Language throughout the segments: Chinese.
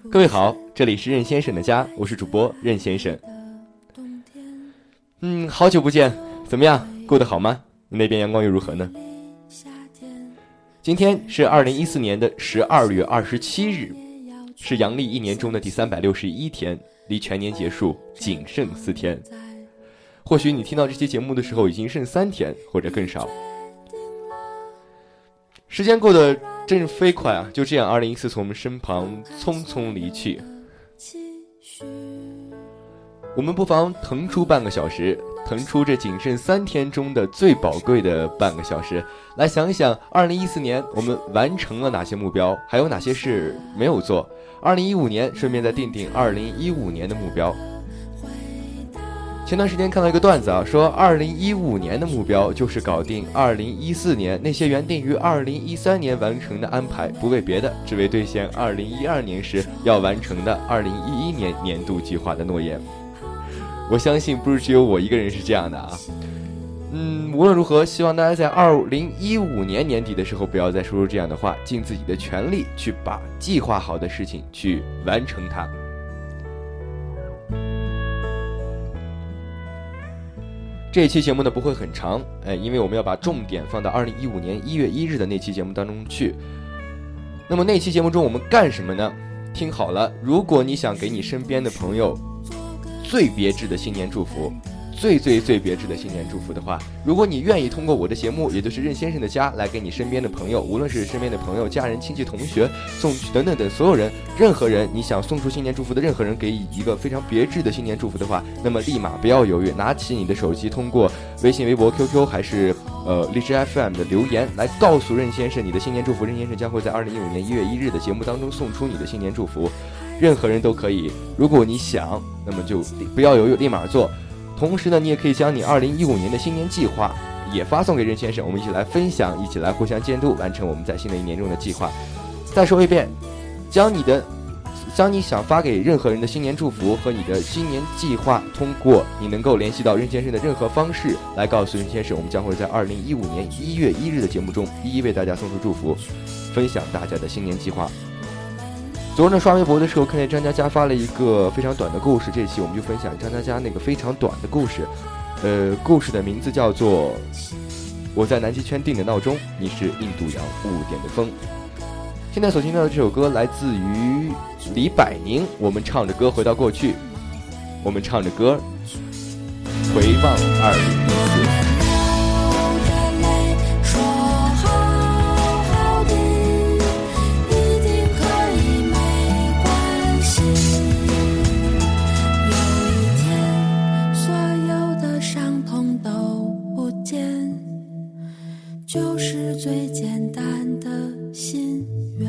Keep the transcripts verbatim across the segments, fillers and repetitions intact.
各位好，这里是任先生的家，我是主播任先生。嗯，好久不见，怎么样？过得好吗？你那边阳光又如何呢？今天是二零一四年的十二月二十七日，是阳历一年中的第三百六十一天，离全年结束仅剩四天。或许你听到这期节目的时候已经剩三天或者更少。时间过得真是飞快啊！就这样，二零一四从我们身旁匆匆离去。我们不妨腾出半个小时，腾出这仅剩三天中的最宝贵的半个小时，来想一想二零一四年我们完成了哪些目标，还有哪些事没有做。二零一五年顺便再定定二零一五年的目标。前段时间看到一个段子啊，说二零一五年的目标就是搞定二零一四年那些原定于二零一三年完成的安排，不为别的，只为兑现二零一二年时要完成的二零一一年年度计划的诺言。我相信不是只有我一个人是这样的啊。嗯，无论如何，希望大家在二零一五年年底的时候不要再说出这样的话，尽自己的全力去把计划好的事情去完成它。这一期节目呢不会很长，哎，因为我们要把重点放到二零一五年一月一日的那期节目当中去。那么那期节目中我们干什么呢？听好了，如果你想给你身边的朋友最别致的新年祝福，最最最别致的新年祝福的话，如果你愿意通过我的节目，也就是任先生的家，来给你身边的朋友，无论是身边的朋友、家人、亲戚、同学送等等等所有人，任何人你想送出新年祝福的任何人，给一个非常别致的新年祝福的话，那么立马不要犹豫，拿起你的手机，通过微信、微博、Q Q 还是呃荔枝 F M 的留言来告诉任先生你的新年祝福。任先生将会在二零一五年一月一日的节目当中送出你的新年祝福，任何人都可以。如果你想，那么就不要犹豫，立马做。同时呢，你也可以将你二零一五年的新年计划也发送给任先生，我们一起来分享，一起来互相监督，完成我们在新的一年中的计划。再说一遍，将你的将你想发给任何人的新年祝福和你的新年计划，通过你能够联系到任先生的任何方式来告诉任先生，我们将会在二零一五年一月一日的节目中一一为大家送出祝福，分享大家的新年计划。昨日呢，刷微博的时候看见张嘉佳发了一个非常短的故事，这期我们就分享张嘉佳那个非常短的故事。呃，故事的名字叫做我在南极圈定的闹钟，你是印度洋误点的风。现在所听到的这首歌来自于李百宁，我们唱着歌回到过去，我们唱着歌回望二零一四。 就是最简单的心愿。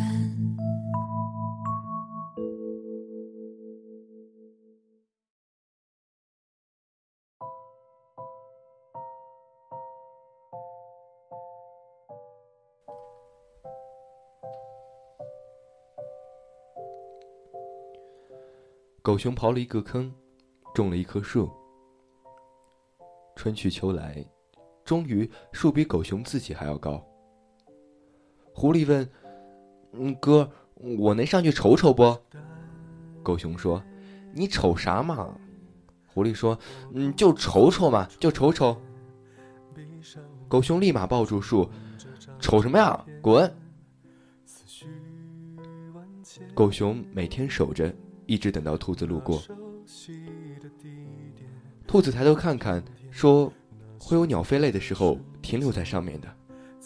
狗熊刨了一个坑，种了一棵树。春去秋来，终于树比狗熊自己还要高。狐狸问：嗯，哥，我能上去瞅瞅不？狗熊说：你瞅啥嘛？狐狸说：嗯，就瞅瞅嘛，就瞅瞅。狗熊立马抱住树：瞅什么呀，滚！狗熊每天守着，一直等到兔子路过。兔子抬头看看，说：会有鸟飞累的时候停留在上面的。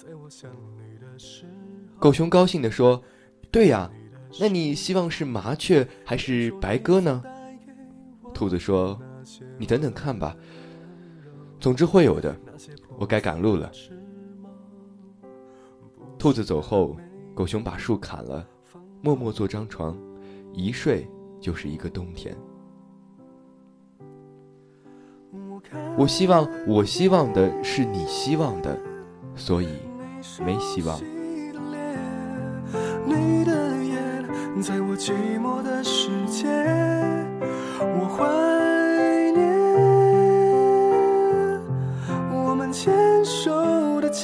狗熊高兴地说：对呀，那你希望是麻雀还是白鸽呢？兔子说：你等等看吧，总之会有的，我该赶路了。兔子走后，狗熊把树砍了，默默做张床，一睡就是一个冬天。我希望我希望的是你希望的，所以没希望。 你的眼在我寂寞的世界，我怀念我们牵手的街，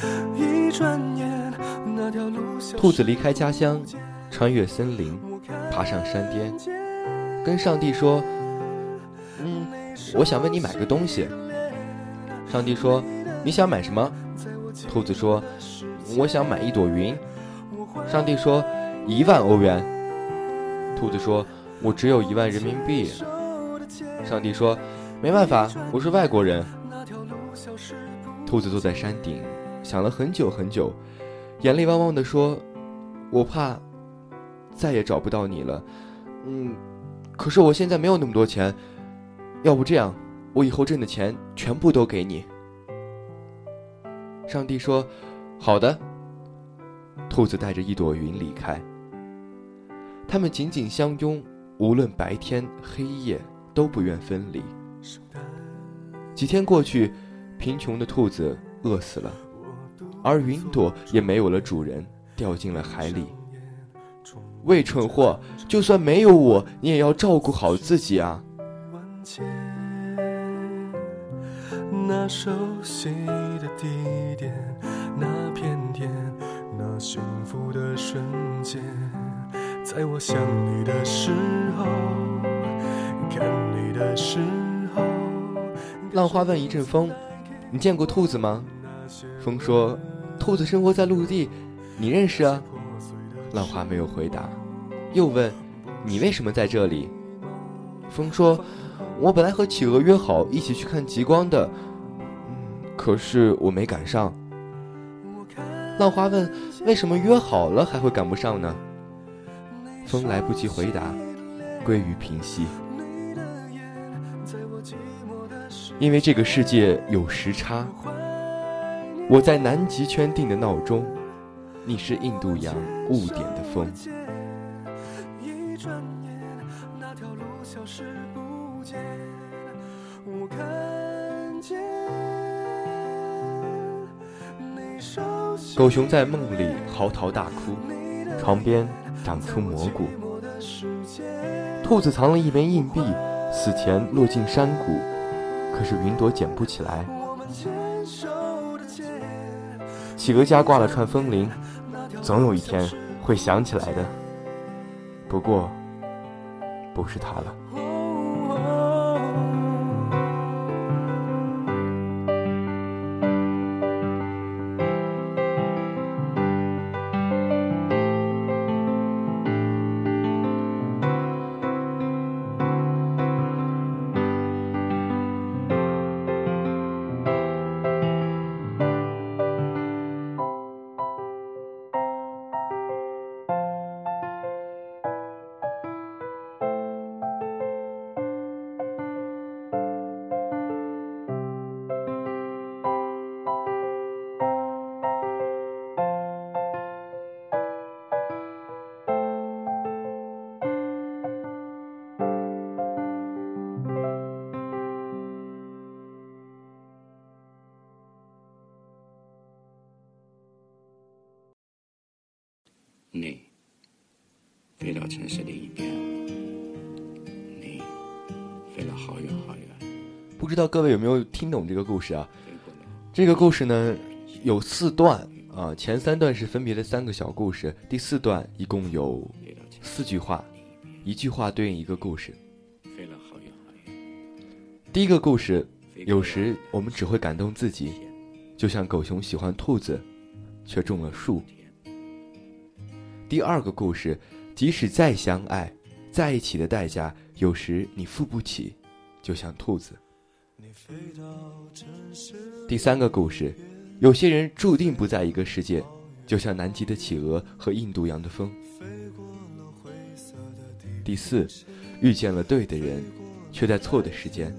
一转眼那条路。 兔子离开家乡，穿越森林， 爬上山巅，跟上帝说：“嗯，我想问你买个东西。”上帝说：“你想买什么？”兔子说：“我想买一朵云。”上帝说：“一万欧元。”兔子说：“我只有一万人民币。”上帝说：“没办法，我是外国人。”兔子坐在山顶，想了很久很久，眼泪汪汪地说：“我怕再也找不到你了。嗯，可是我现在没有那么多钱，要不这样，我以后挣的钱全部都给你。”上帝说：“好的。”兔子带着一朵云离开，他们紧紧相拥，无论白天黑夜都不愿分离。几天过去，贫穷的兔子饿死了，而云朵也没有了主人，掉进了海里。喂，蠢货，就算没有我，你也要照顾好自己啊！ 那熟悉的地点，那片天，那幸福的瞬间，在我想你的时候，看你的时候。 浪花问一阵风：“你见过兔子吗？”风说：“兔子生活在陆地，你认识啊？”浪花没有回答，又问：“你为什么在这里？”风说：“我本来和企鹅约好一起去看极光的，嗯，可是我没赶上。”浪花问：“为什么约好了还会赶不上呢？”风来不及回答，归于平息。因为这个世界有时差，我在南极圈定的闹钟，你是印度洋误点的风。一转眼，那条路消失不见，我看见你熟悉。狗熊在梦里嚎啕大哭，床边长出蘑菇。兔子藏了一枚硬币，死前落进山谷，可是云朵捡不起来。企鹅家挂了串风铃，总有一天会想起来的，不过不是它了。 你飞到城市另一边，你飞了好远好远。 不知道各位有没有听懂这个故事啊？这个故事呢有四段啊，前三段是分别的三个小故事，第四段一共有四句话，一句话对应一个故事。 飞了好远好远。 第一个故事，有时我们只会感动自己，就像狗熊喜欢兔子，却种了树。第二个故事，即使再相爱，在一起的代价有时你付不起，就像兔子。第三个故事，有些人注定不在一个世界，就像南极的企鹅和印度洋的风。第四，遇见了对的人，却在错的时间。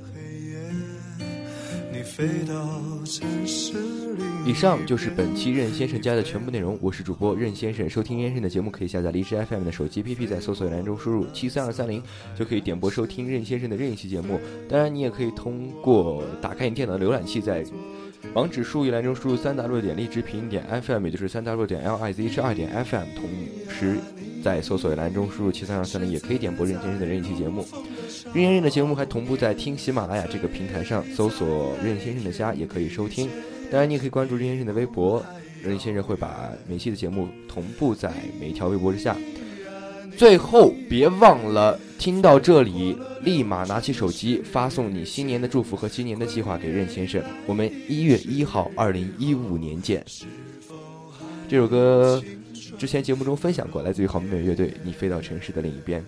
以上就是本期任先生家的全部内容，我是主播任先生。收听任先生的节目可以下载荔枝 F M 的手机 A P P， 在搜索栏中输入七三二三零就可以点播收听任先生的任意期节目。当然你也可以通过打开你电脑的浏览器，在网址输入栏中输入三 w 点荔枝平点 F M， 也就是三 w 点 l i z h 二点 F M， 同时在搜索栏中输入七三二三零也可以点播任先生的任意期节目。任先生的节目还同步在听喜马拉雅这个平台上，搜索任先生的家也可以收听。当然你也可以关注任先生的微博，任先生会把每期的节目同步在每一条微博之下。 最后别忘了听到这里立马拿起手机发送你新年的祝福和新年的计划给任先生。我们一月一号二零一五年见。这首歌之前节目中分享过，来自于好妹妹乐队，你飞到城市的另一边。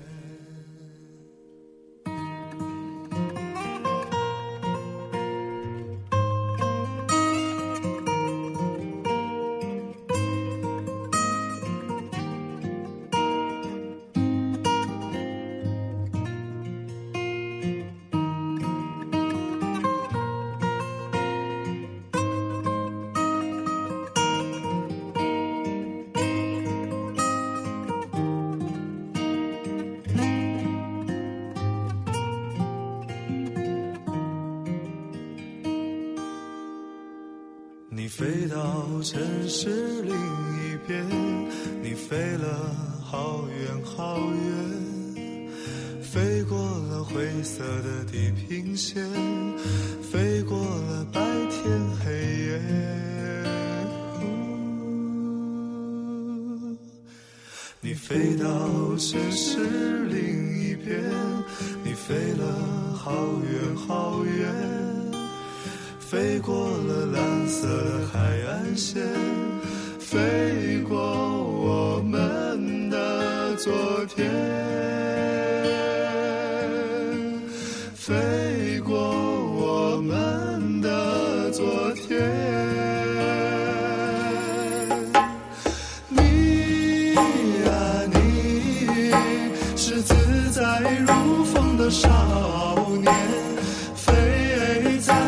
你飞到城市另一边，你飞了好远好远，飞过了灰色的地平线，飞过了白天黑夜。你飞到城市另一边，你飞了好远好远，飞过了蓝色的海岸线，飞过我们的昨天，飞过我们的昨天。你啊你，是自在如风的少年，飞在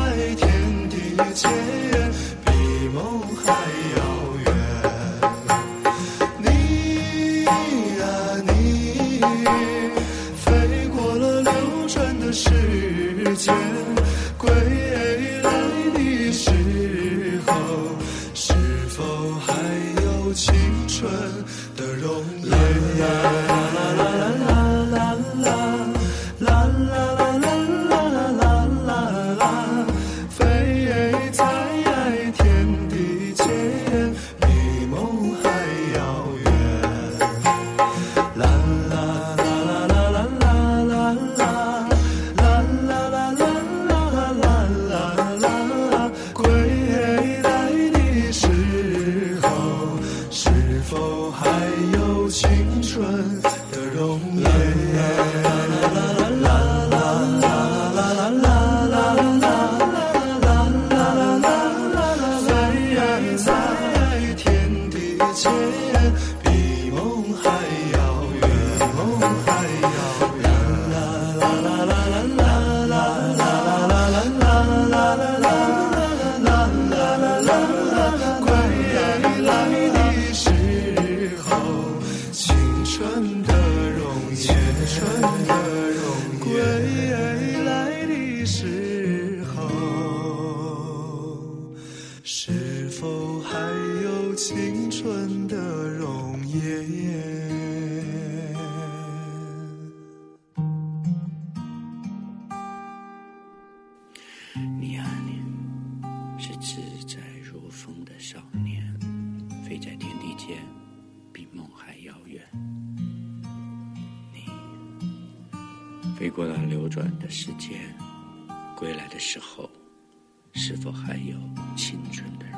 比梦还遥远。你啊你，飞过了流转的时间，归来的时候，是否还有青春的容颜？啦啦啦啦啦啦啦啦啦啦啦啦啦啦，飞在天地间，比梦还遥远。啦啦啦啦啦啦啦啦啦啦啦啦啦啦啦，归来的时候，是否还有青春的容颜？比梦还遥远，梦还遥远。啦啦啦啦啦啦啦啦啦啦啦啦啦，归来的时候，青春的容颜，青春的容颜。归来的时候，是否还有青春的容颜？ 你啊你，是自在如风的少年，飞在天地间，比梦还遥远。你飞过了流转的时间，归来的时候，是否还有青春的